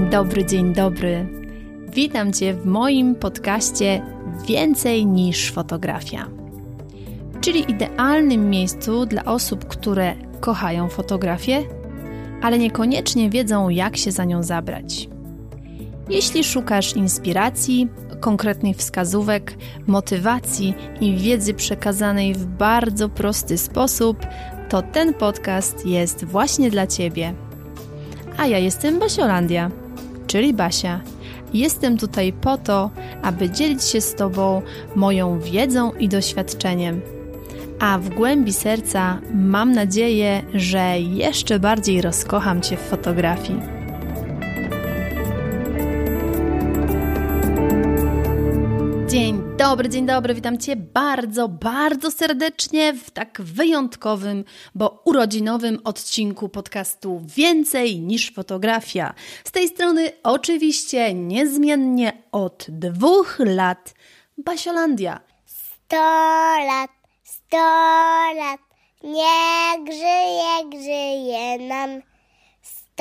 Dzień dobry. Witam Cię w moim podcaście Więcej niż fotografia, czyli idealnym miejscu dla osób, które kochają fotografię, ale niekoniecznie wiedzą, jak się za nią zabrać. Jeśli szukasz inspiracji, konkretnych wskazówek, motywacji i wiedzy przekazanej w bardzo prosty sposób, to ten podcast jest właśnie dla Ciebie. A ja jestem Basiolandia, czyli Basia. Jestem tutaj po to, aby dzielić się z Tobą moją wiedzą i doświadczeniem. A w głębi serca mam nadzieję, że jeszcze bardziej rozkocham Cię w fotografii. Dzień dobry, witam Cię bardzo serdecznie w tak wyjątkowym, bo urodzinowym odcinku podcastu Więcej niż fotografia. Z tej strony oczywiście niezmiennie od 2 lat Basiolandia. 100 lat, niech żyje nam. 100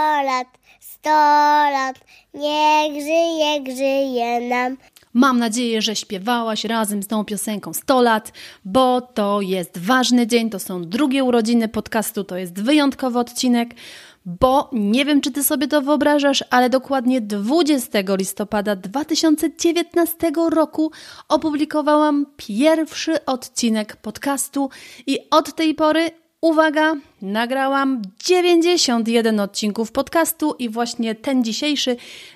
lat, niech żyje nam. Mam nadzieję, że śpiewałaś razem z tą piosenką 100 lat, bo to jest ważny dzień, to są drugie urodziny podcastu, to jest wyjątkowy odcinek, bo nie wiem, czy Ty sobie to wyobrażasz, ale dokładnie 20 listopada 2019 roku opublikowałam pierwszy odcinek podcastu i od tej pory, uwaga, nagrałam 91 odcinków podcastu i właśnie ten dzisiejszy,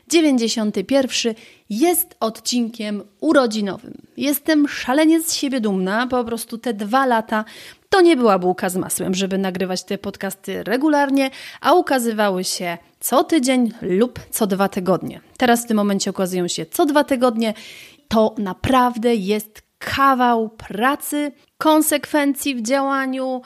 91, jest odcinkiem urodzinowym. Jestem szalenie z siebie dumna, po prostu te 2 lata to nie była bułka z masłem, żeby nagrywać te podcasty regularnie, a ukazywały się co tydzień lub co 2 tygodnie. Teraz w tym momencie ukazują się co 2 tygodnie. To naprawdę jest kawał pracy, konsekwencji w działaniu,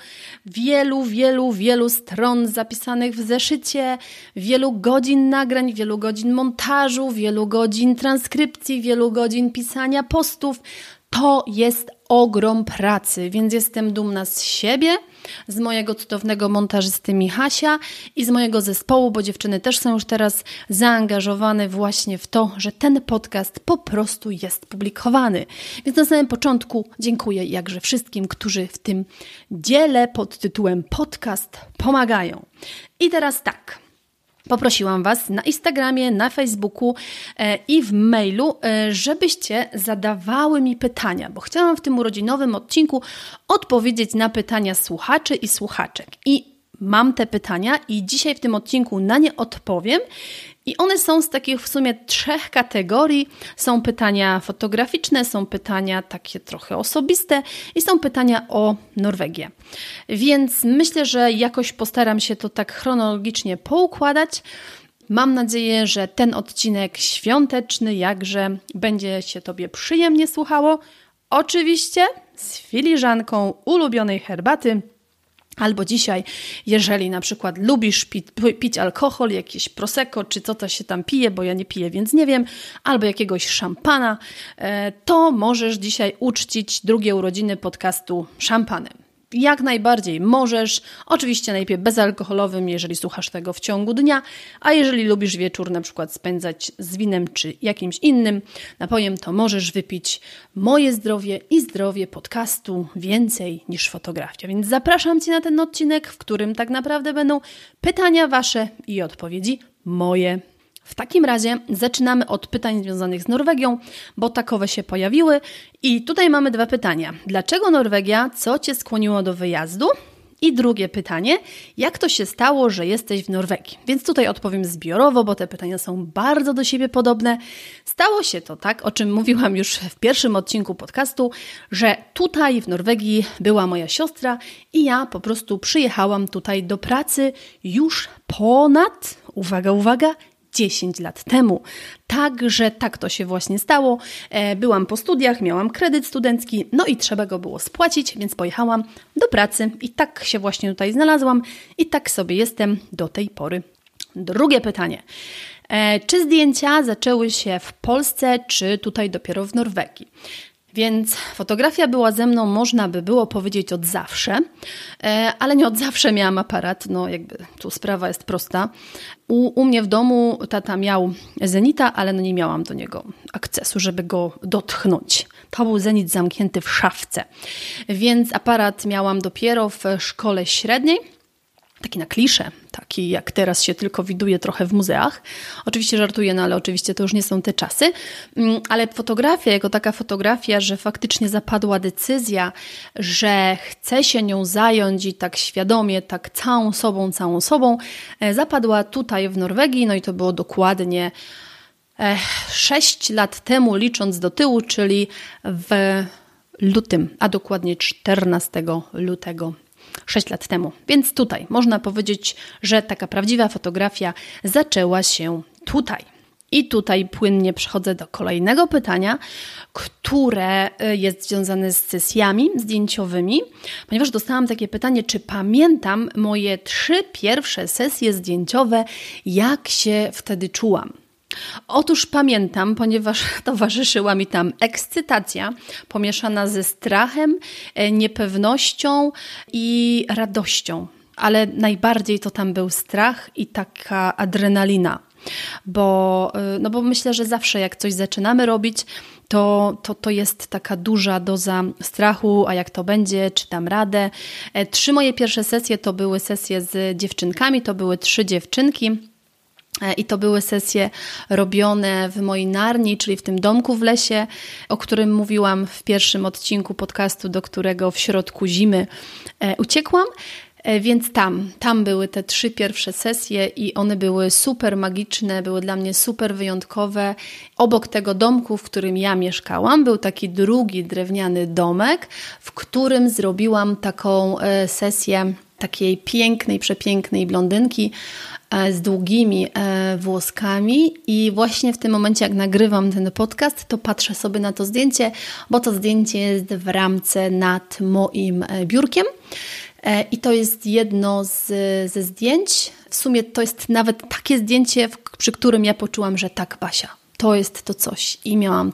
wielu stron zapisanych w zeszycie, wielu godzin nagrań, wielu godzin montażu, wielu godzin transkrypcji, wielu godzin pisania postów. To jest ogrom pracy, więc jestem dumna z siebie, z mojego cudownego montażysty Michasia i z mojego zespołu, bo dziewczyny też są już teraz zaangażowane właśnie w to, że ten podcast po prostu jest publikowany. Więc na samym początku dziękuję jakże wszystkim, którzy w tym dziele pod tytułem podcast pomagają. I teraz tak. Poprosiłam Was na Instagramie, na Facebooku i w mailu, żebyście zadawały mi pytania, bo chciałam w tym urodzinowym odcinku odpowiedzieć na pytania słuchaczy i słuchaczek. I mam te pytania i dzisiaj w tym odcinku na nie odpowiem. I one są z takich w sumie 3 kategorii. Są pytania fotograficzne, są pytania takie trochę osobiste i są pytania o Norwegię. Więc myślę, że jakoś postaram się to tak chronologicznie poukładać. Mam nadzieję, że ten odcinek świąteczny jakże będzie się Tobie przyjemnie słuchało. Oczywiście z filiżanką ulubionej herbaty. Albo dzisiaj, jeżeli na przykład lubisz pić alkohol, jakieś prosecco, czy co to się tam pije, bo ja nie piję, więc nie wiem, albo jakiegoś szampana, to możesz dzisiaj uczcić drugie urodziny podcastu szampanem. Jak najbardziej możesz, oczywiście najpierw bezalkoholowym, jeżeli słuchasz tego w ciągu dnia, a jeżeli lubisz wieczór na przykład spędzać z winem czy jakimś innym napojem, to możesz wypić moje zdrowie i zdrowie podcastu Więcej niż fotografia. Więc zapraszam Cię na ten odcinek, w którym tak naprawdę będą pytania Wasze i odpowiedzi moje. W takim razie zaczynamy od pytań związanych z Norwegią, bo takowe się pojawiły. I tutaj mamy 2 pytania. Dlaczego Norwegia? Co Cię skłoniło do wyjazdu? I drugie pytanie. Jak to się stało, że jesteś w Norwegii? Więc tutaj odpowiem zbiorowo, bo te pytania są bardzo do siebie podobne. Stało się to tak, o czym mówiłam już w pierwszym odcinku podcastu, że tutaj w Norwegii była moja siostra i ja po prostu przyjechałam tutaj do pracy już ponad, uwaga, 10 lat temu. Także tak to się właśnie stało. Byłam po studiach, miałam kredyt studencki, no i trzeba go było spłacić, więc pojechałam do pracy i tak się właśnie tutaj znalazłam i tak sobie jestem do tej pory. Drugie pytanie. Czy zdjęcia zaczęły się w Polsce, czy tutaj dopiero w Norwegii? Więc fotografia była ze mną, można by było powiedzieć, od zawsze, ale nie od zawsze miałam aparat, no jakby tu sprawa jest prosta. U mnie w domu tata miał Zenita, ale no nie miałam do niego akcesu, żeby go dotknąć. To był Zenit zamknięty w szafce, więc aparat miałam dopiero w szkole średniej. Taki na kliszę, taki jak teraz się tylko widuje trochę w muzeach. Oczywiście żartuję, no ale oczywiście to już nie są te czasy. Ale fotografia, jako taka fotografia, że faktycznie zapadła decyzja, że chcę się nią zająć i tak świadomie, tak całą sobą, zapadła tutaj w Norwegii. No i to było dokładnie 6 lat temu, licząc do tyłu, czyli w lutym, a dokładnie 14 lutego. 6 lat temu. Więc tutaj można powiedzieć, że taka prawdziwa fotografia zaczęła się tutaj. I tutaj płynnie przechodzę do kolejnego pytania, które jest związane z sesjami zdjęciowymi, ponieważ dostałam takie pytanie, czy pamiętam moje 3 pierwsze sesje zdjęciowe, jak się wtedy czułam. Otóż pamiętam, ponieważ towarzyszyła mi tam ekscytacja pomieszana ze strachem, niepewnością i radością. Ale najbardziej to tam był strach i taka adrenalina. Bo myślę, że zawsze jak coś zaczynamy robić, to jest taka duża doza strachu, a jak to będzie, czy dam radę. 3 moje pierwsze sesje to były sesje z dziewczynkami, to były 3 dziewczynki. I to były sesje robione w mojej Narni, czyli w tym domku w lesie, o którym mówiłam w pierwszym odcinku podcastu, do którego w środku zimy uciekłam. Więc tam były te 3 pierwsze sesje i one były super magiczne, były dla mnie super wyjątkowe. Obok tego domku, w którym ja mieszkałam, był taki drugi drewniany domek, w którym zrobiłam taką sesję takiej pięknej, przepięknej blondynki z długimi włoskami i właśnie w tym momencie, jak nagrywam ten podcast, to patrzę sobie na to zdjęcie, bo to zdjęcie jest w ramce nad moim biurkiem i to jest jedno ze zdjęć. W sumie to jest nawet takie zdjęcie, przy którym ja poczułam, że tak, Basia, to jest to coś i miałam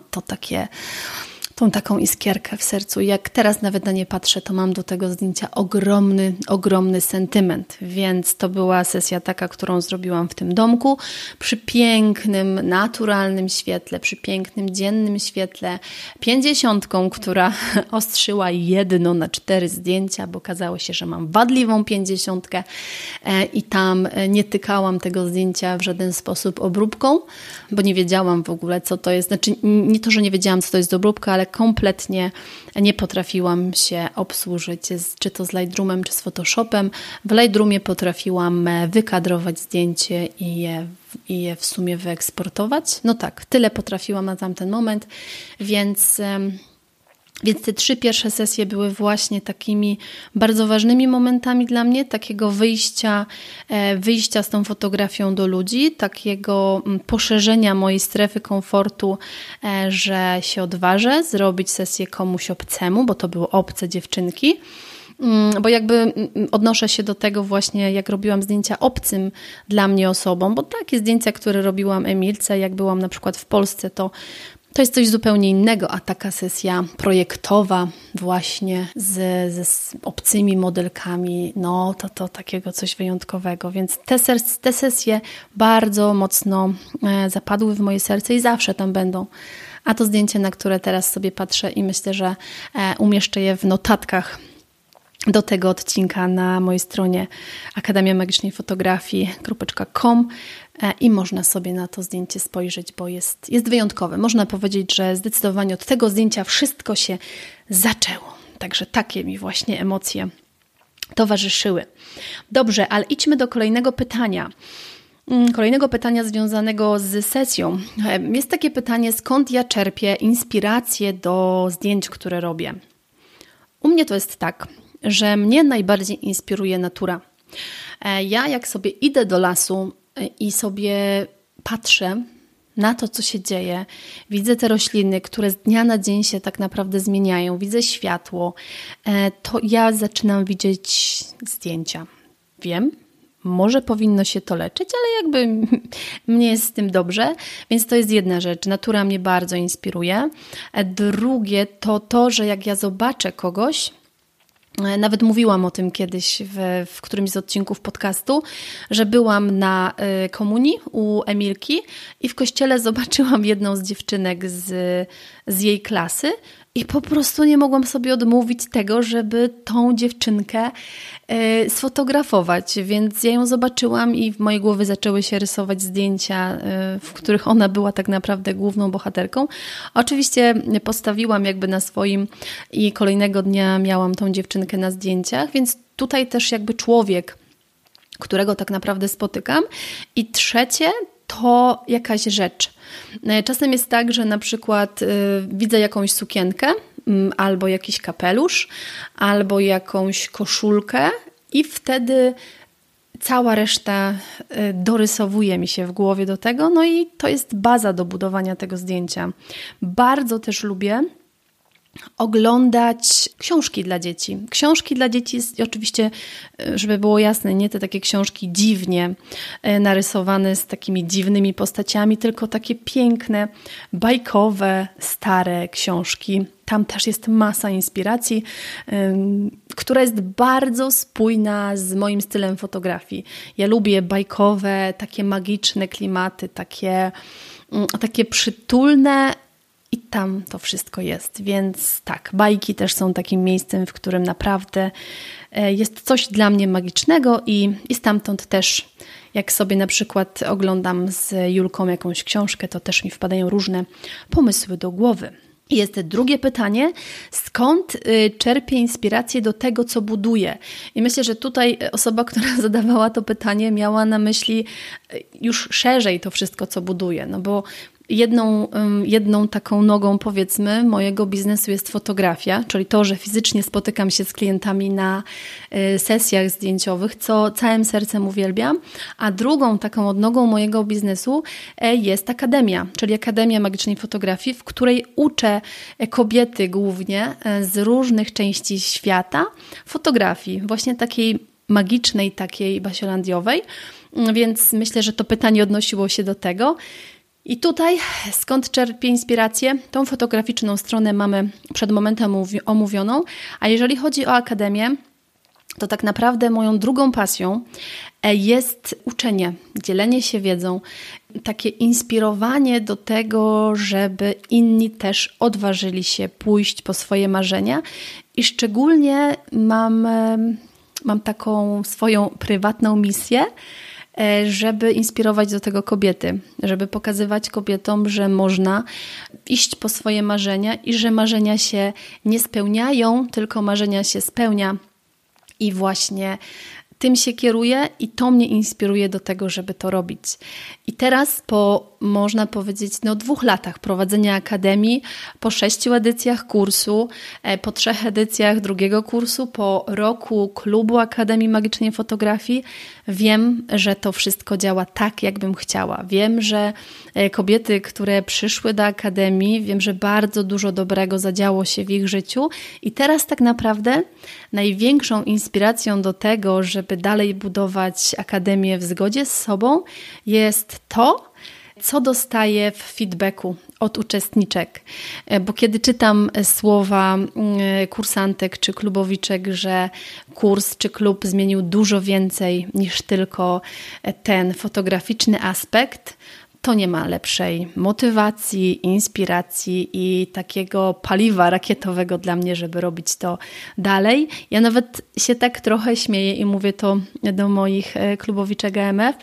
tą taką iskierkę w sercu. Jak teraz nawet na nie patrzę, to mam do tego zdjęcia ogromny sentyment. Więc to była sesja taka, którą zrobiłam w tym domku, przy pięknym, naturalnym świetle, przy pięknym, dziennym świetle, 50, która ostrzyła 1 na 4 zdjęcia, bo okazało się, że mam wadliwą 50 i tam nie tykałam tego zdjęcia w żaden sposób obróbką, bo nie wiedziałam w ogóle, co to jest. Znaczy, nie to, że nie wiedziałam, co to jest obróbka, ale kompletnie nie potrafiłam się obsłużyć, czy to z Lightroomem, czy z Photoshopem. W Lightroomie potrafiłam wykadrować zdjęcie i je w sumie wyeksportować. No tak, tyle potrafiłam na tamten moment, więc te 3 pierwsze sesje były właśnie takimi bardzo ważnymi momentami dla mnie, takiego wyjścia z tą fotografią do ludzi, takiego poszerzenia mojej strefy komfortu, że się odważę zrobić sesję komuś obcemu, bo to były obce dziewczynki. Bo jakby odnoszę się do tego właśnie, jak robiłam zdjęcia obcym dla mnie osobom, bo takie zdjęcia, które robiłam Emilce, jak byłam na przykład w Polsce, to jest coś zupełnie innego, a taka sesja projektowa właśnie z obcymi modelkami, no to takiego coś wyjątkowego. Więc te sesje bardzo mocno zapadły w moje serce i zawsze tam będą. A to zdjęcie, na które teraz sobie patrzę i myślę, że umieszczę je w notatkach do tego odcinka na mojej stronie akademiamagicznej-fotografii.com i można sobie na to zdjęcie spojrzeć, bo jest wyjątkowe. Można powiedzieć, że zdecydowanie od tego zdjęcia wszystko się zaczęło. Także takie mi właśnie emocje towarzyszyły. Dobrze, ale idźmy do kolejnego pytania. Kolejnego pytania związanego z sesją. Jest takie pytanie, skąd ja czerpię inspirację do zdjęć, które robię? U mnie to jest tak, że mnie najbardziej inspiruje natura. Ja jak sobie idę do lasu i sobie patrzę na to, co się dzieje, widzę te rośliny, które z dnia na dzień się tak naprawdę zmieniają, widzę światło, to ja zaczynam widzieć zdjęcia. Wiem, może powinno się to leczyć, ale jakby mnie jest z tym dobrze, więc to jest jedna rzecz. Natura mnie bardzo inspiruje. Drugie to, że jak ja zobaczę kogoś, nawet mówiłam o tym kiedyś w którymś z odcinków podcastu, że byłam na komunii u Emilki i w kościele zobaczyłam jedną z dziewczynek z jej klasy i po prostu nie mogłam sobie odmówić tego, żeby tą dziewczynkę sfotografować, więc ja ją zobaczyłam i w mojej głowie zaczęły się rysować zdjęcia, w których ona była tak naprawdę główną bohaterką. Oczywiście postawiłam jakby na swoim i kolejnego dnia miałam tą dziewczynkę na zdjęciach, więc tutaj też jakby człowiek, którego tak naprawdę spotykam. I trzecie to jakaś rzecz. Czasem jest tak, że na przykład widzę jakąś sukienkę, albo jakiś kapelusz, albo jakąś koszulkę i wtedy cała reszta dorysowuje mi się w głowie do tego, no i to jest baza do budowania tego zdjęcia. Bardzo też lubię oglądać książki dla dzieci. Książki dla dzieci, oczywiście, żeby było jasne, nie te takie książki dziwnie narysowane z takimi dziwnymi postaciami, tylko takie piękne, bajkowe, stare książki. Tam też jest masa inspiracji, która jest bardzo spójna z moim stylem fotografii. Ja lubię bajkowe, takie magiczne klimaty, takie przytulne, i tam to wszystko jest, więc tak, bajki też są takim miejscem, w którym naprawdę jest coś dla mnie magicznego i stamtąd też, jak sobie na przykład oglądam z Julką jakąś książkę, to też mi wpadają różne pomysły do głowy. Jest drugie pytanie, skąd czerpię inspirację do tego, co buduję? I myślę, że tutaj osoba, która zadawała to pytanie, miała na myśli już szerzej to wszystko, co buduję, no bo jedną taką nogą, powiedzmy, mojego biznesu jest fotografia, czyli to, że fizycznie spotykam się z klientami na sesjach zdjęciowych, co całym sercem uwielbiam, a drugą taką odnogą mojego biznesu jest akademia, czyli Akademia Magicznej Fotografii, w której uczę kobiety głównie z różnych części świata fotografii, właśnie takiej magicznej, takiej basiolandiowej, więc myślę, że to pytanie odnosiło się do tego. I tutaj skąd czerpię inspirację? Tą fotograficzną stronę mamy przed momentem omówioną, a jeżeli chodzi o akademię, to tak naprawdę moją drugą pasją jest uczenie, dzielenie się wiedzą, takie inspirowanie do tego, żeby inni też odważyli się pójść po swoje marzenia i szczególnie mam taką swoją prywatną misję, żeby inspirować do tego kobiety, żeby pokazywać kobietom, że można iść po swoje marzenia i że marzenia się nie spełniają, tylko marzenia się spełnia i właśnie tym się kieruję i to mnie inspiruje do tego, żeby to robić. I teraz można powiedzieć, 2 latach prowadzenia Akademii, po 6 edycjach kursu, po 3 edycjach drugiego kursu, po roku klubu Akademii Magicznej Fotografii, wiem, że to wszystko działa tak, jakbym chciała. Wiem, że kobiety, które przyszły do Akademii, wiem, że bardzo dużo dobrego zadziało się w ich życiu i teraz tak naprawdę największą inspiracją do tego, żeby dalej budować Akademię w zgodzie z sobą, jest to, co dostaję w feedbacku od uczestniczek. Bo kiedy czytam słowa kursantek czy klubowiczek, że kurs czy klub zmienił dużo więcej niż tylko ten fotograficzny aspekt, to nie ma lepszej motywacji, inspiracji i takiego paliwa rakietowego dla mnie, żeby robić to dalej. Ja nawet się tak trochę śmieję i mówię to do moich klubowiczek AMF,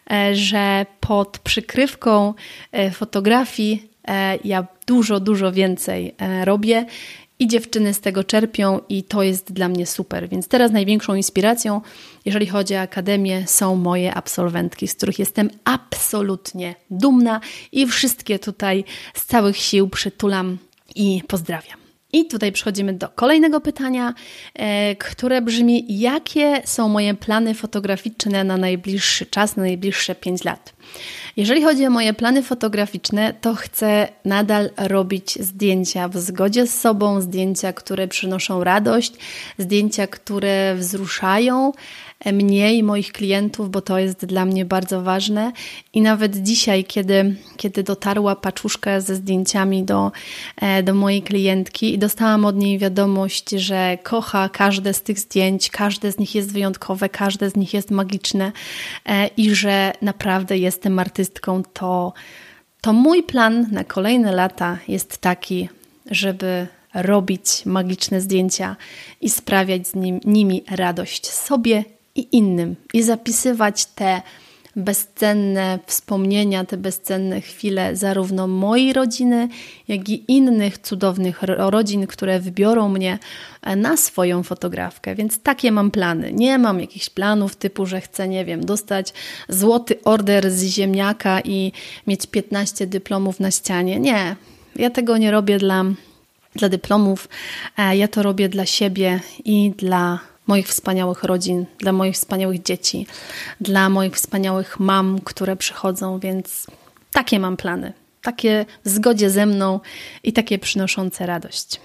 że pod przykrywką fotografii ja dużo więcej robię i dziewczyny z tego czerpią i to jest dla mnie super. Więc teraz największą inspiracją, jeżeli chodzi o Akademię, są moje absolwentki, z których jestem absolutnie dumna i wszystkie tutaj z całych sił przytulam i pozdrawiam. I tutaj przechodzimy do kolejnego pytania, które brzmi: jakie są moje plany fotograficzne na najbliższy czas, na najbliższe 5 lat? Jeżeli chodzi o moje plany fotograficzne, to chcę nadal robić zdjęcia w zgodzie z sobą, zdjęcia, które przynoszą radość, zdjęcia, które wzruszają mnie i moich klientów, bo to jest dla mnie bardzo ważne. I nawet dzisiaj, kiedy dotarła paczuszka ze zdjęciami do mojej klientki i dostałam od niej wiadomość, że kocha każde z tych zdjęć, każde z nich jest wyjątkowe, każde z nich jest magiczne i że naprawdę jestem artystką, to mój plan na kolejne lata jest taki, żeby robić magiczne zdjęcia i sprawiać nimi radość sobie i innym i zapisywać te bezcenne wspomnienia, te bezcenne chwile zarówno mojej rodziny, jak i innych cudownych rodzin, które wybiorą mnie na swoją fotografkę. Więc takie mam plany. Nie mam jakichś planów typu, że chcę, nie wiem, dostać złoty order z ziemniaka i mieć 15 dyplomów na ścianie. Nie, ja tego nie robię dla dyplomów. Ja to robię dla siebie i dla moich wspaniałych rodzin, dla moich wspaniałych dzieci, dla moich wspaniałych mam, które przychodzą, więc takie mam plany. Takie w zgodzie ze mną i takie przynoszące radość.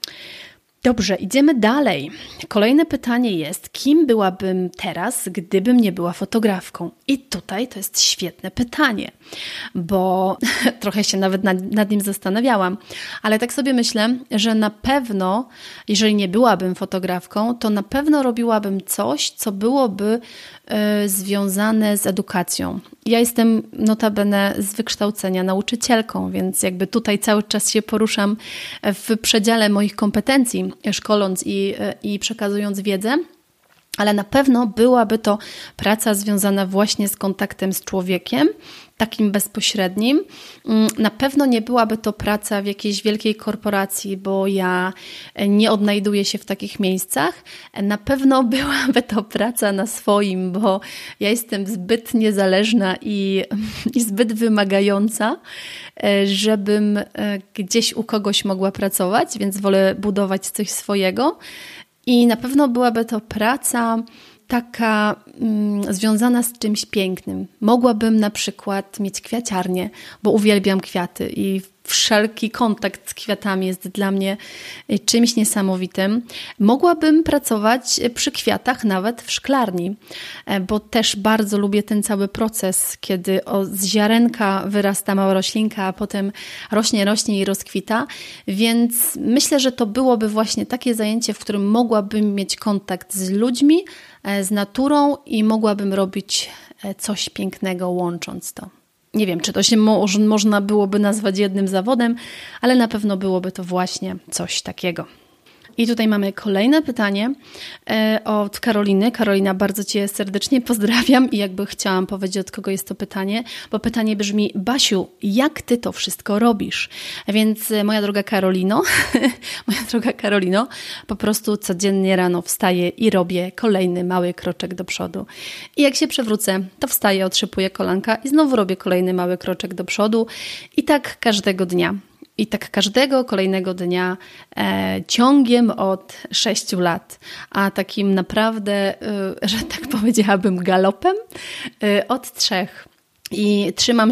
Dobrze, idziemy dalej. Kolejne pytanie jest, kim byłabym teraz, gdybym nie była fotografką? I tutaj to jest świetne pytanie, bo trochę się nawet nad nim zastanawiałam, ale tak sobie myślę, że na pewno, jeżeli nie byłabym fotografką, to na pewno robiłabym coś, co byłoby związane z edukacją. Ja jestem notabene z wykształcenia nauczycielką, więc jakby tutaj cały czas się poruszam w przedziale moich kompetencji, szkoląc i przekazując wiedzę, ale na pewno byłaby to praca związana właśnie z kontaktem z człowiekiem, takim bezpośrednim. Na pewno nie byłaby to praca w jakiejś wielkiej korporacji, bo ja nie odnajduję się w takich miejscach. Na pewno byłaby to praca na swoim, bo ja jestem zbyt niezależna i zbyt wymagająca, żebym gdzieś u kogoś mogła pracować, więc wolę budować coś swojego. I na pewno byłaby to praca taka związana z czymś pięknym. Mogłabym na przykład mieć kwiaciarnię, bo uwielbiam kwiaty i wszelki kontakt z kwiatami jest dla mnie czymś niesamowitym. Mogłabym pracować przy kwiatach nawet w szklarni, bo też bardzo lubię ten cały proces, kiedy z ziarenka wyrasta mała roślinka, a potem rośnie i rozkwita, więc myślę, że to byłoby właśnie takie zajęcie, w którym mogłabym mieć kontakt z ludźmi, z naturą i mogłabym robić coś pięknego łącząc to. Nie wiem, czy to się można byłoby nazwać jednym zawodem, ale na pewno byłoby to właśnie coś takiego. I tutaj mamy kolejne pytanie od Karoliny. Karolina, bardzo Cię serdecznie pozdrawiam i jakby chciałam powiedzieć, od kogo jest to pytanie, bo pytanie brzmi: Basiu, jak Ty to wszystko robisz? Więc moja droga Karolino, po prostu codziennie rano wstaję i robię kolejny mały kroczek do przodu. I jak się przewrócę, to wstaję, otrzepuję kolanka i znowu robię kolejny mały kroczek do przodu i tak każdego dnia. I tak każdego kolejnego dnia ciągiem od 6 lat, a takim naprawdę, że tak powiedziałabym, galopem od 3. I trzymam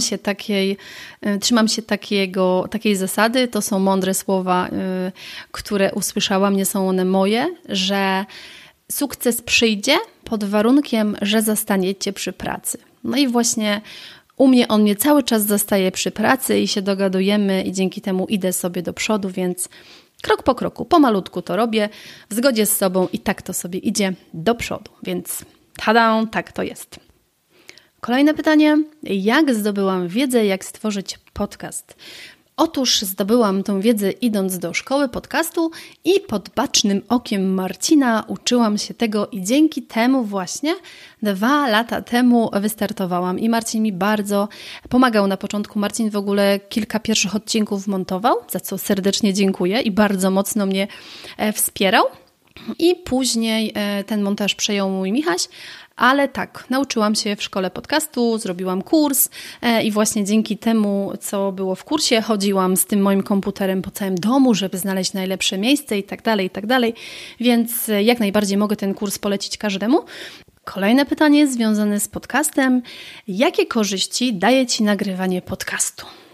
się takiej zasady, to są mądre słowa, które usłyszałam, nie są one moje, że sukces przyjdzie pod warunkiem, że zastaniecie przy pracy. No i właśnie on mnie cały czas zastaje przy pracy i się dogadujemy i dzięki temu idę sobie do przodu, więc krok po kroku, pomalutku to robię, w zgodzie z sobą i tak to sobie idzie do przodu. Więc tada, tak to jest. Kolejne pytanie. Jak zdobyłam wiedzę, jak stworzyć podcast? Otóż zdobyłam tę wiedzę idąc do szkoły podcastu i pod bacznym okiem Marcina uczyłam się tego i dzięki temu właśnie 2 lata temu wystartowałam i Marcin mi bardzo pomagał na początku. Marcin w ogóle kilka pierwszych odcinków montował, za co serdecznie dziękuję i bardzo mocno mnie wspierał. I później ten montaż przejął mój Michaś, ale tak, nauczyłam się w szkole podcastu, zrobiłam kurs i właśnie dzięki temu, co było w kursie, chodziłam z tym moim komputerem po całym domu, żeby znaleźć najlepsze miejsce i tak dalej, więc jak najbardziej mogę ten kurs polecić każdemu. Kolejne pytanie związane z podcastem. Jakie korzyści daje Ci nagrywanie podcastu?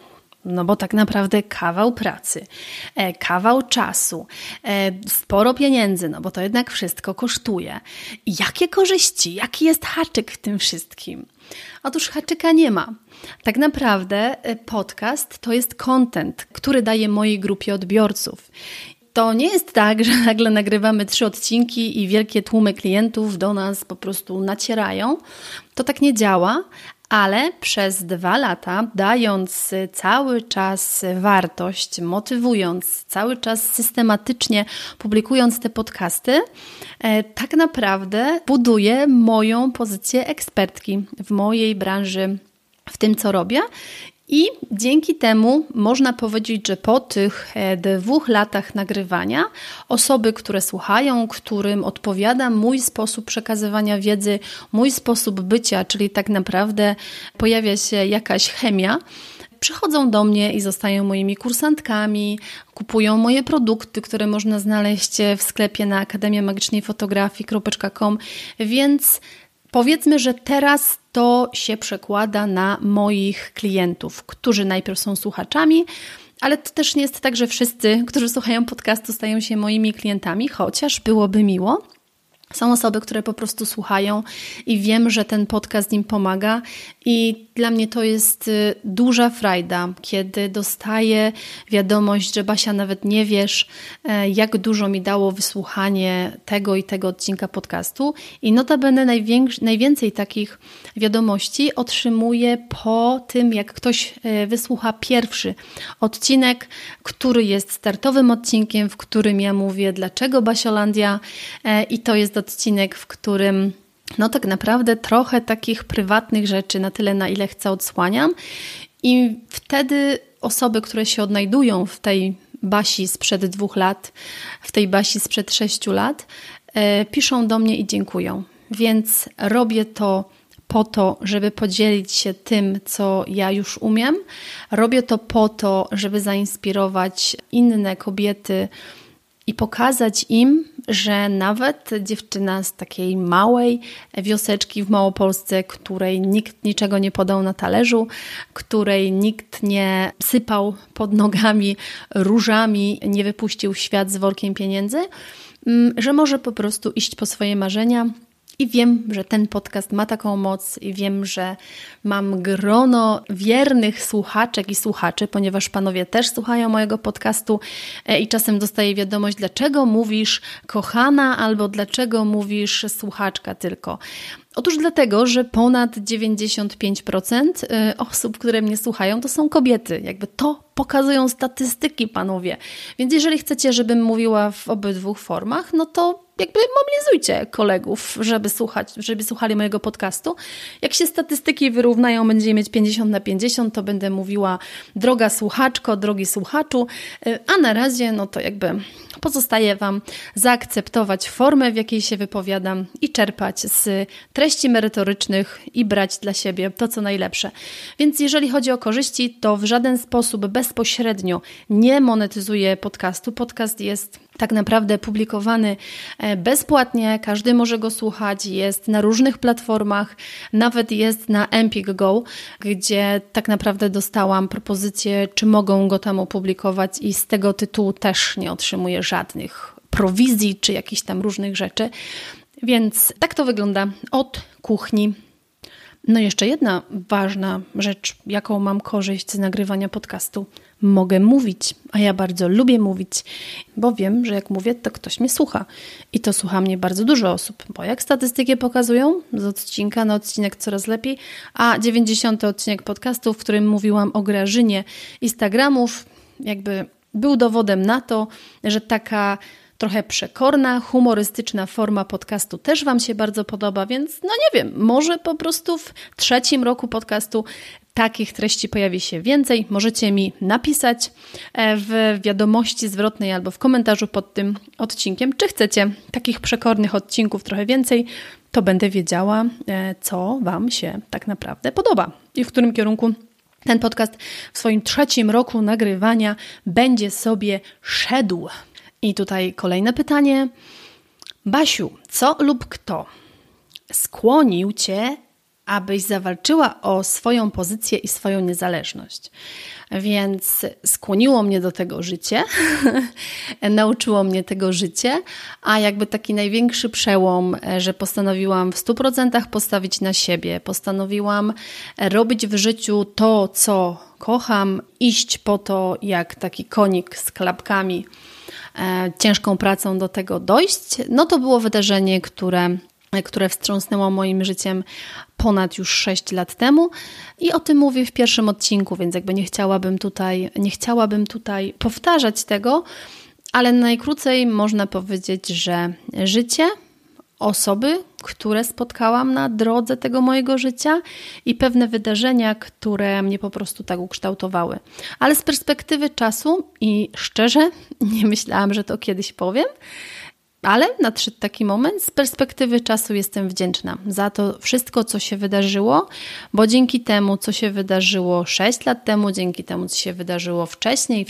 no bo tak naprawdę kawał pracy, kawał czasu, sporo pieniędzy, no bo to jednak wszystko kosztuje. Jakie korzyści, jaki jest haczyk w tym wszystkim? Otóż haczyka nie ma. Tak naprawdę podcast to jest content, który daje mojej grupie odbiorców. To nie jest tak, że nagle nagrywamy 3 odcinki i wielkie tłumy klientów do nas po prostu nacierają. To tak nie działa, ale przez 2 lata, dając cały czas wartość, motywując, cały czas systematycznie publikując te podcasty, tak naprawdę buduję moją pozycję ekspertki w mojej branży, w tym co robię. I dzięki temu można powiedzieć, że po tych 2 latach nagrywania osoby, które słuchają, którym odpowiada mój sposób przekazywania wiedzy, mój sposób bycia, czyli tak naprawdę pojawia się jakaś chemia, przychodzą do mnie i zostają moimi kursantkami, kupują moje produkty, które można znaleźć w sklepie na akademiamagiczniejfotografii.com, więc powiedzmy, że teraz to się przekłada na moich klientów, którzy najpierw są słuchaczami, ale to też nie jest tak, że wszyscy, którzy słuchają podcastu, stają się moimi klientami, chociaż byłoby miło. Są osoby, które po prostu słuchają i wiem, że ten podcast im pomaga i dla mnie to jest duża frajda, kiedy dostaję wiadomość, że Basia, nawet nie wiesz, jak dużo mi dało wysłuchanie tego i tego odcinka podcastu i notabene najwięcej takich wiadomości otrzymuję po tym, jak ktoś wysłucha pierwszy odcinek, który jest startowym odcinkiem, w którym ja mówię, dlaczego Basiolandia, i to jest odcinek, w którym tak naprawdę trochę takich prywatnych rzeczy, na tyle na ile chcę, odsłaniam i wtedy osoby, które się odnajdują w tej Basi sprzed 2 lat, w tej Basi sprzed 6 lat, piszą do mnie i dziękują. Więc robię to po to, żeby podzielić się tym, co ja już umiem. Robię to po to, żeby zainspirować inne kobiety i pokazać im, że nawet dziewczyna z takiej małej wioseczki w Małopolsce, której nikt niczego nie podał na talerzu, której nikt nie sypał pod nogami różami, nie wypuścił w świat z workiem pieniędzy, że może po prostu iść po swoje marzenia. I wiem, że ten podcast ma taką moc i wiem, że mam grono wiernych słuchaczek i słuchaczy, ponieważ panowie też słuchają mojego podcastu i czasem dostaję wiadomość, dlaczego mówisz kochana albo dlaczego mówisz słuchaczka tylko. Otóż dlatego, że ponad 95% osób, które mnie słuchają, to są kobiety. Jakby to pokazują statystyki, panowie. Więc jeżeli chcecie, żebym mówiła w obydwu formach, no to jakby mobilizujcie kolegów, żeby słuchali mojego podcastu. Jak się statystyki wyrównają, będziemy mieć 50/50, to będę mówiła droga słuchaczko, drogi słuchaczu, a na razie to jakby pozostaje Wam zaakceptować formę, w jakiej się wypowiadam i czerpać z treści merytorycznych i brać dla siebie to, co najlepsze. Więc jeżeli chodzi o korzyści, to w żaden sposób bezpośrednio nie monetyzuję podcastu. Podcast jest tak naprawdę publikowany bezpłatnie, każdy może go słuchać, jest na różnych platformach, nawet jest na Empik Go, gdzie tak naprawdę dostałam propozycję, czy mogą go tam opublikować i z tego tytułu też nie otrzymuję żadnych prowizji, czy jakichś tam różnych rzeczy. Więc tak to wygląda od kuchni. Jeszcze jedna ważna rzecz, jaką mam korzyść z nagrywania podcastu. Mogę mówić, a ja bardzo lubię mówić, bo wiem, że jak mówię, to ktoś mnie słucha. I to słucha mnie bardzo dużo osób, bo jak statystyki pokazują, z odcinka na odcinek coraz lepiej, a 90. odcinek podcastu, w którym mówiłam o Grażynie Instagramów, jakby był dowodem na to, że taka trochę przekorna, humorystyczna forma podcastu też Wam się bardzo podoba, więc nie wiem, może po prostu w 3. roku podcastu takich treści pojawi się więcej. Możecie mi napisać w wiadomości zwrotnej albo w komentarzu pod tym odcinkiem, czy chcecie takich przekornych odcinków trochę więcej, to będę wiedziała, co Wam się tak naprawdę podoba i w którym kierunku ten podcast w swoim 3. roku nagrywania będzie sobie szedł. I tutaj kolejne pytanie. Basiu, co lub kto skłonił Cię, abyś zawalczyła o swoją pozycję i swoją niezależność. Więc skłoniło mnie do tego życie, nauczyło mnie tego życie, a jakby taki największy przełom, że postanowiłam w 100% postawić na siebie, postanowiłam robić w życiu to, co kocham, iść po to jak taki konik z klapkami, ciężką pracą do tego dojść, no to było wydarzenie, które wstrząsnęło moim życiem ponad już 6 lat temu i o tym mówię w pierwszym odcinku, więc jakby nie chciałabym tutaj powtarzać tego, ale najkrócej można powiedzieć, że życie, osoby, które spotkałam na drodze tego mojego życia i pewne wydarzenia, które mnie po prostu tak ukształtowały. Ale z perspektywy czasu i szczerze nie myślałam, że to kiedyś powiem, ale nadszedł taki moment, z perspektywy czasu jestem wdzięczna za to wszystko, co się wydarzyło, bo dzięki temu, co się wydarzyło 6 lat temu, dzięki temu, co się wydarzyło wcześniej,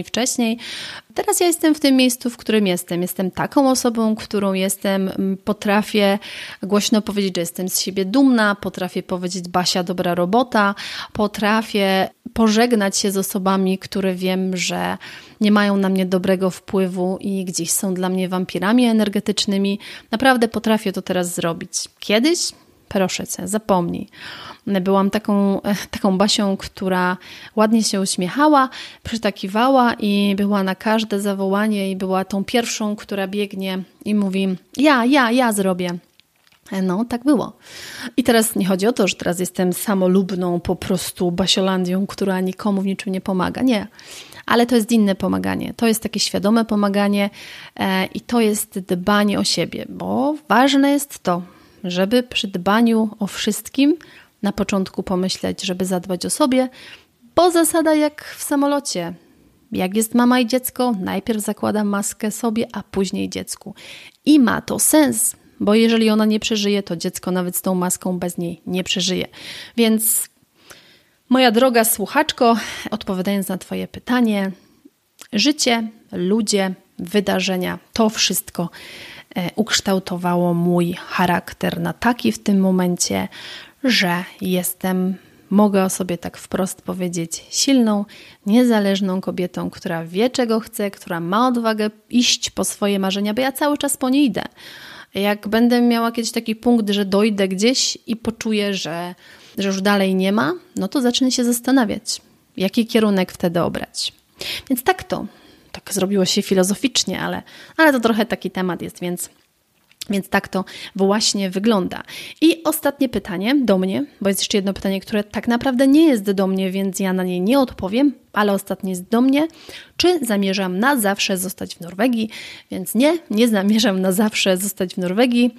teraz ja jestem w tym miejscu, w którym jestem. Jestem taką osobą, którą jestem, potrafię głośno powiedzieć, że jestem z siebie dumna, potrafię powiedzieć Basia, dobra robota, potrafię pożegnać się z osobami, które wiem, że nie mają na mnie dobrego wpływu i gdzieś są dla mnie wampirami energetycznymi. Naprawdę potrafię to teraz zrobić. Kiedyś? Proszę Cię, zapomnij. Byłam taką Basią, która ładnie się uśmiechała, przytakiwała i była na każde zawołanie i była tą pierwszą, która biegnie i mówi ja zrobię. No, tak było. I teraz nie chodzi o to, że teraz jestem samolubną po prostu Basiolandią, która nikomu w niczym nie pomaga. Nie. Ale to jest inne pomaganie. To jest takie świadome pomaganie i to jest dbanie o siebie, bo ważne jest to, żeby przy dbaniu o wszystkim na początku pomyśleć, żeby zadbać o sobie, bo zasada jak w samolocie. Jak jest mama i dziecko, najpierw zakładam maskę sobie, a później dziecku. I ma to sens, bo jeżeli ona nie przeżyje, to dziecko nawet z tą maską bez niej nie przeżyje. Więc moja droga słuchaczko, odpowiadając na Twoje pytanie, życie, ludzie, wydarzenia, to wszystko ukształtowało mój charakter na taki w tym momencie, że mogę o sobie tak wprost powiedzieć, silną, niezależną kobietą, która wie, czego chce, która ma odwagę iść po swoje marzenia, bo ja cały czas po nie idę. Jak będę miała kiedyś taki punkt, że dojdę gdzieś i poczuję, że już dalej nie ma, no to zacznę się zastanawiać, jaki kierunek wtedy obrać. Więc tak zrobiło się filozoficznie, ale to trochę taki temat jest, więc tak to właśnie wygląda. I ostatnie pytanie do mnie, bo jest jeszcze jedno pytanie, które tak naprawdę nie jest do mnie, więc ja na nie nie odpowiem, ale ostatnie jest do mnie. Czy zamierzam na zawsze zostać w Norwegii? Więc nie zamierzam na zawsze zostać w Norwegii.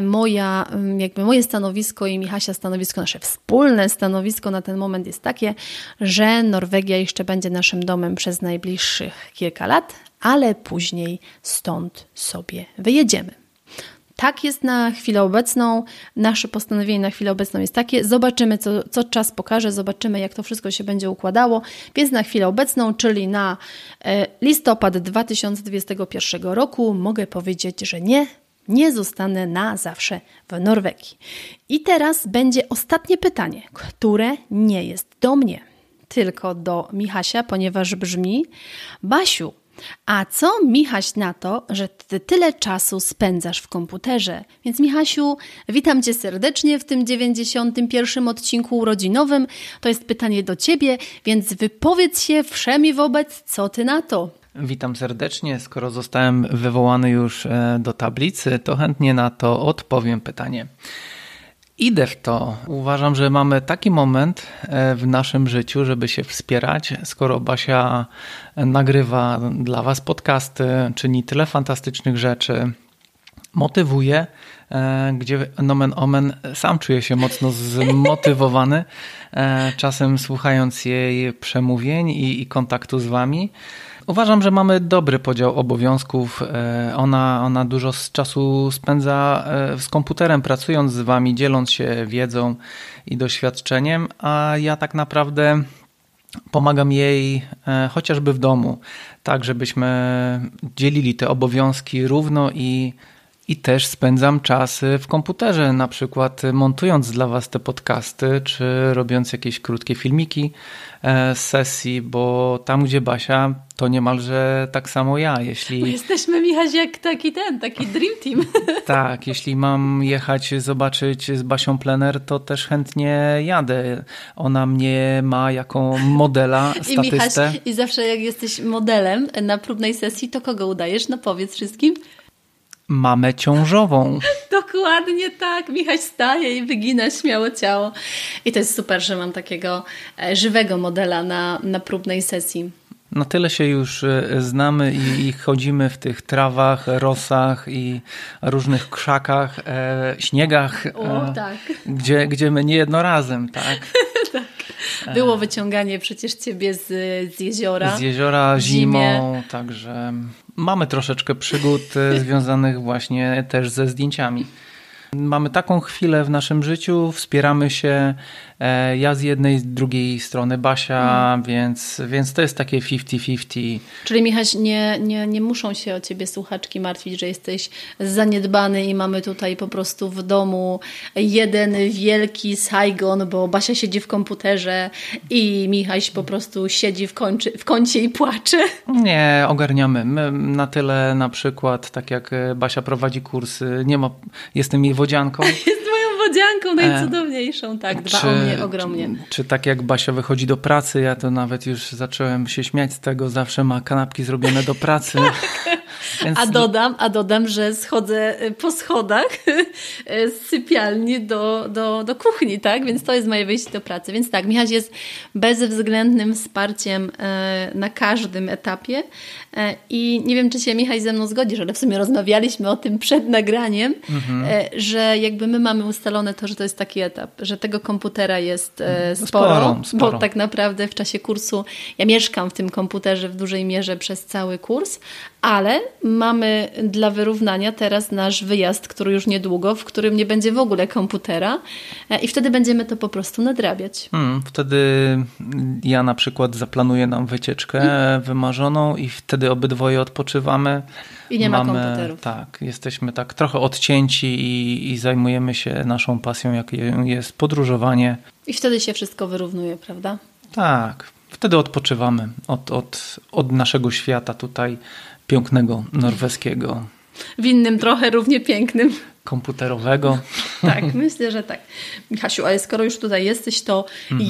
Moje stanowisko i Michasia stanowisko, nasze wspólne stanowisko na ten moment jest takie, że Norwegia jeszcze będzie naszym domem przez najbliższych kilka lat, ale później stąd sobie wyjedziemy. Tak jest na chwilę obecną. Nasze postanowienie na chwilę obecną jest takie. Zobaczymy, co czas pokaże. Zobaczymy, jak to wszystko się będzie układało. Więc na chwilę obecną, czyli na listopad 2021 roku mogę powiedzieć, że nie zostanę na zawsze w Norwegii. I teraz będzie ostatnie pytanie, które nie jest do mnie, tylko do Michasia, ponieważ brzmi: Basiu, a co Michaś na to, że Ty tyle czasu spędzasz w komputerze? Więc Michasiu, witam Cię serdecznie w tym 91. odcinku urodzinowym. To jest pytanie do Ciebie, więc wypowiedz się wszemi wobec, co Ty na to? Witam serdecznie. Skoro zostałem wywołany już do tablicy, to chętnie na to odpowiem pytanie. Idę w to. Uważam, że mamy taki moment w naszym życiu, żeby się wspierać. Skoro Basia nagrywa dla Was podcasty, czyni tyle fantastycznych rzeczy, motywuje, gdzie nomen omen sam czuję się mocno zmotywowany, czasem słuchając jej przemówień i kontaktu z Wami. Uważam, że mamy dobry podział obowiązków. Ona dużo czasu spędza z komputerem, pracując z Wami, dzieląc się wiedzą i doświadczeniem, a ja tak naprawdę pomagam jej chociażby w domu, tak żebyśmy dzielili te obowiązki równo i I też spędzam czas w komputerze, na przykład montując dla Was te podcasty, czy robiąc jakieś krótkie filmiki z sesji, bo tam, gdzie Basia, to niemalże tak samo ja. Bo jesteśmy, Michaś, jak taki dream team. Tak, jeśli mam jechać zobaczyć z Basią plener, to też chętnie jadę. Ona mnie ma jako modela, statystę. I zawsze jak jesteś modelem na próbnej sesji, to kogo udajesz? No powiedz wszystkim. Mamę ciążową. Dokładnie tak. Michaś staje i wygina śmiało ciało. I to jest super, że mam takiego żywego modela na próbnej sesji. Na tyle się już znamy i chodzimy w tych trawach, rosach i różnych krzakach, śniegach, tak. gdzie my nie jedno tak? Tak. Było wyciąganie przecież ciebie z jeziora. Z jeziora zimą, także mamy troszeczkę przygód związanych właśnie też ze zdjęciami. Mamy taką chwilę w naszym życiu, wspieramy się, ja z jednej, z drugiej strony Basia, więc to jest takie 50-50. Czyli Michaś, nie muszą się o ciebie słuchaczki martwić, że jesteś zaniedbany i mamy tutaj po prostu w domu jeden wielki Saigon, bo Basia siedzi w komputerze i Michaś po prostu siedzi w kącie i płacze. Nie, ogarniamy. My na tyle na przykład, tak jak Basia prowadzi kursy, jestem jej wodzianką. Jest moją wodzianką najcudowniejszą, tak, dba o mnie ogromnie. Czy tak jak Basia wychodzi do pracy, ja to nawet już zacząłem się śmiać z tego, zawsze ma kanapki zrobione do pracy. Więc... A dodam, że schodzę po schodach z sypialni do kuchni, tak? Więc to jest moje wyjście do pracy. Więc tak, Michał jest bezwzględnym wsparciem na każdym etapie i nie wiem, czy się Michał ze mną zgodzisz, ale w sumie rozmawialiśmy o tym przed nagraniem, że jakby my mamy ustalone to, że to jest taki etap, że tego komputera jest sporo, bo tak naprawdę w czasie kursu ja mieszkam w tym komputerze w dużej mierze przez cały kurs, ale mamy dla wyrównania teraz nasz wyjazd, który już niedługo, w którym nie będzie w ogóle komputera i wtedy będziemy to po prostu nadrabiać. Wtedy ja na przykład zaplanuję nam wycieczkę wymarzoną i wtedy obydwoje odpoczywamy. I nie ma komputerów. Tak, jesteśmy tak trochę odcięci i zajmujemy się naszą pasją, jaką jest podróżowanie. I wtedy się wszystko wyrównuje, prawda? Tak, wtedy odpoczywamy od naszego świata tutaj pięknego, norweskiego. W innym trochę równie pięknym. Komputerowego. Tak, myślę, że tak. Michasiu, ale skoro już tutaj jesteś, to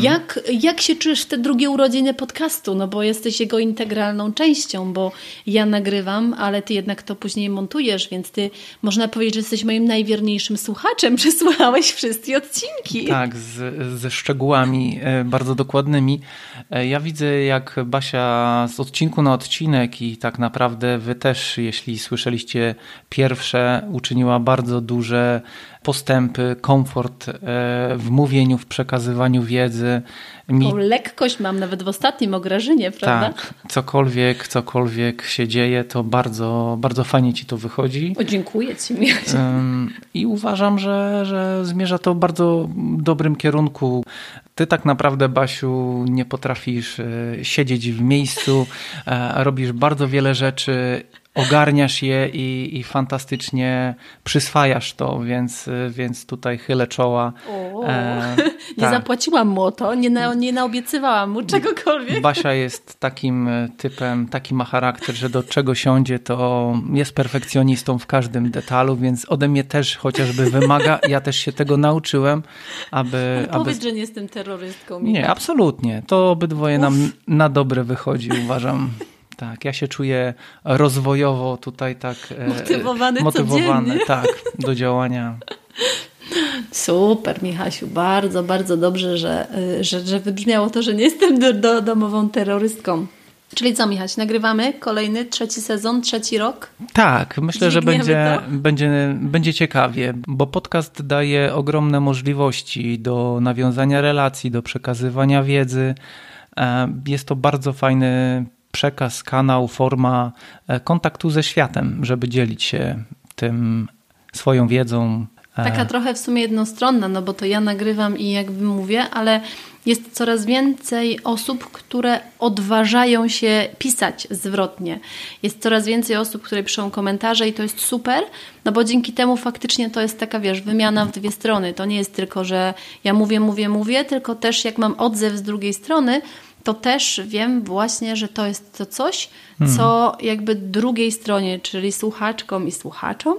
jak się czujesz w te drugie urodziny podcastu? No bo jesteś jego integralną częścią, bo ja nagrywam, ale ty jednak to później montujesz, więc ty można powiedzieć, że jesteś moim najwierniejszym słuchaczem. Przesłuchałeś wszystkie odcinki. Tak, ze szczegółami bardzo dokładnymi. Ja widzę, jak Basia z odcinku na odcinek i tak naprawdę wy też, jeśli słyszeliście pierwsze, uczyniła bardzo duże postępy, komfort w mówieniu, w przekazywaniu wiedzy. Taką lekkość mam nawet w ostatnim ograżynie, prawda? Tak, cokolwiek się dzieje, to bardzo, bardzo fajnie ci to wychodzi. O, dziękuję ci, Michał. I uważam, że zmierza to w bardzo dobrym kierunku. Ty tak naprawdę, Basiu, nie potrafisz siedzieć w miejscu, robisz bardzo wiele rzeczy, ogarniasz je i fantastycznie przyswajasz to, więc tutaj chylę czoła. Nie zapłaciłam mu o to, nie naobiecywałam mu czegokolwiek. Basia jest takim typem, taki ma charakter, że do czego siądzie, to jest perfekcjonistą w każdym detalu, więc ode mnie też chociażby wymaga. Ja też się tego nauczyłem, aby... Powiedz, że nie jestem terrorystką. Michał. Nie, absolutnie. To obydwoje nam na dobre wychodzi, uważam. Tak, ja się czuję rozwojowo tutaj tak motywowany tak, do działania. Super, Michasiu, bardzo, bardzo dobrze, że wybrzmiało to, że nie jestem domową terrorystką. Czyli co, Michaś, nagrywamy kolejny, 3. sezon, 3. rok? Tak, myślę, że będzie ciekawie, bo podcast daje ogromne możliwości do nawiązania relacji, do przekazywania wiedzy. Jest to bardzo fajny przekaz, kanał, forma kontaktu ze światem, żeby dzielić się tym swoją wiedzą. Taka trochę w sumie jednostronna, no bo to ja nagrywam i jakby mówię, ale jest coraz więcej osób, które odważają się pisać zwrotnie. Jest coraz więcej osób, które piszą komentarze i to jest super, no bo dzięki temu faktycznie to jest taka, wymiana w dwie strony. To nie jest tylko, że ja mówię, tylko też jak mam odzew z drugiej strony, to też wiem właśnie, że to jest to coś, co jakby drugiej stronie, czyli słuchaczkom i słuchaczom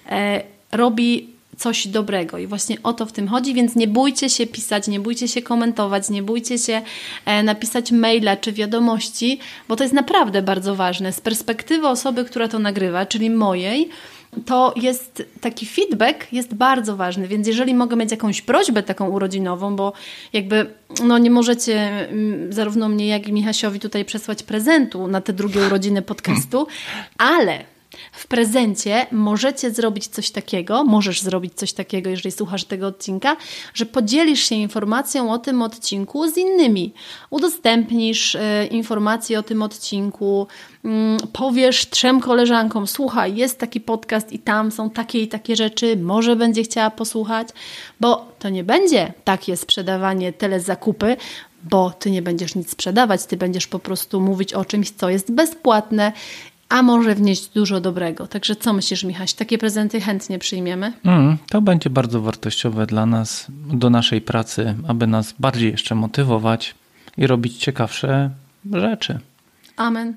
robi coś dobrego i właśnie o to w tym chodzi, więc nie bójcie się pisać, nie bójcie się komentować, nie bójcie się napisać maila czy wiadomości, bo to jest naprawdę bardzo ważne. Z perspektywy osoby, która to nagrywa, czyli mojej, to jest taki feedback jest bardzo ważny, więc jeżeli mogę mieć jakąś prośbę taką urodzinową, bo jakby nie możecie zarówno mnie, jak i Michasiowi tutaj przesłać prezentu na te drugie urodziny podcastu, ale w prezencie możesz zrobić coś takiego, jeżeli słuchasz tego odcinka, że podzielisz się informacją o tym odcinku z innymi. Udostępnisz informacje o tym odcinku, powiesz 3 koleżankom, słuchaj, jest taki podcast i tam są takie i takie rzeczy, może będzie chciała posłuchać, bo to nie będzie takie sprzedawanie telezakupy, bo ty nie będziesz nic sprzedawać, ty będziesz po prostu mówić o czymś, co jest bezpłatne, a może wnieść dużo dobrego. Także co myślisz, Michaś? Takie prezenty chętnie przyjmiemy? To będzie bardzo wartościowe dla nas, do naszej pracy, aby nas bardziej jeszcze motywować i robić ciekawsze rzeczy. Amen.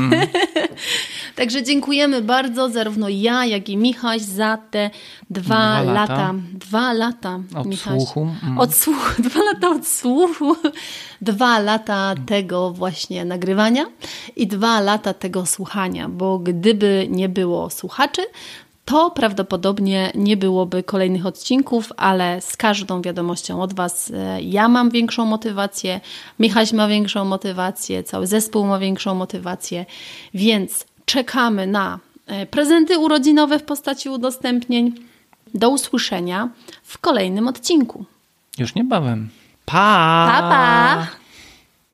Także dziękujemy bardzo, zarówno ja, jak i Michaś, za te 2 lata. 2 lata, od Michaś. Słuchu. Od słuchu. 2 lata od słuchu. 2 lata tego właśnie nagrywania i 2 lata tego słuchania, bo gdyby nie było słuchaczy, to prawdopodobnie nie byłoby kolejnych odcinków, ale z każdą wiadomością od Was ja mam większą motywację, Michaś ma większą motywację, cały zespół ma większą motywację, więc czekamy na prezenty urodzinowe w postaci udostępnień. Do usłyszenia w kolejnym odcinku. Już niebawem. Pa! Pa, pa!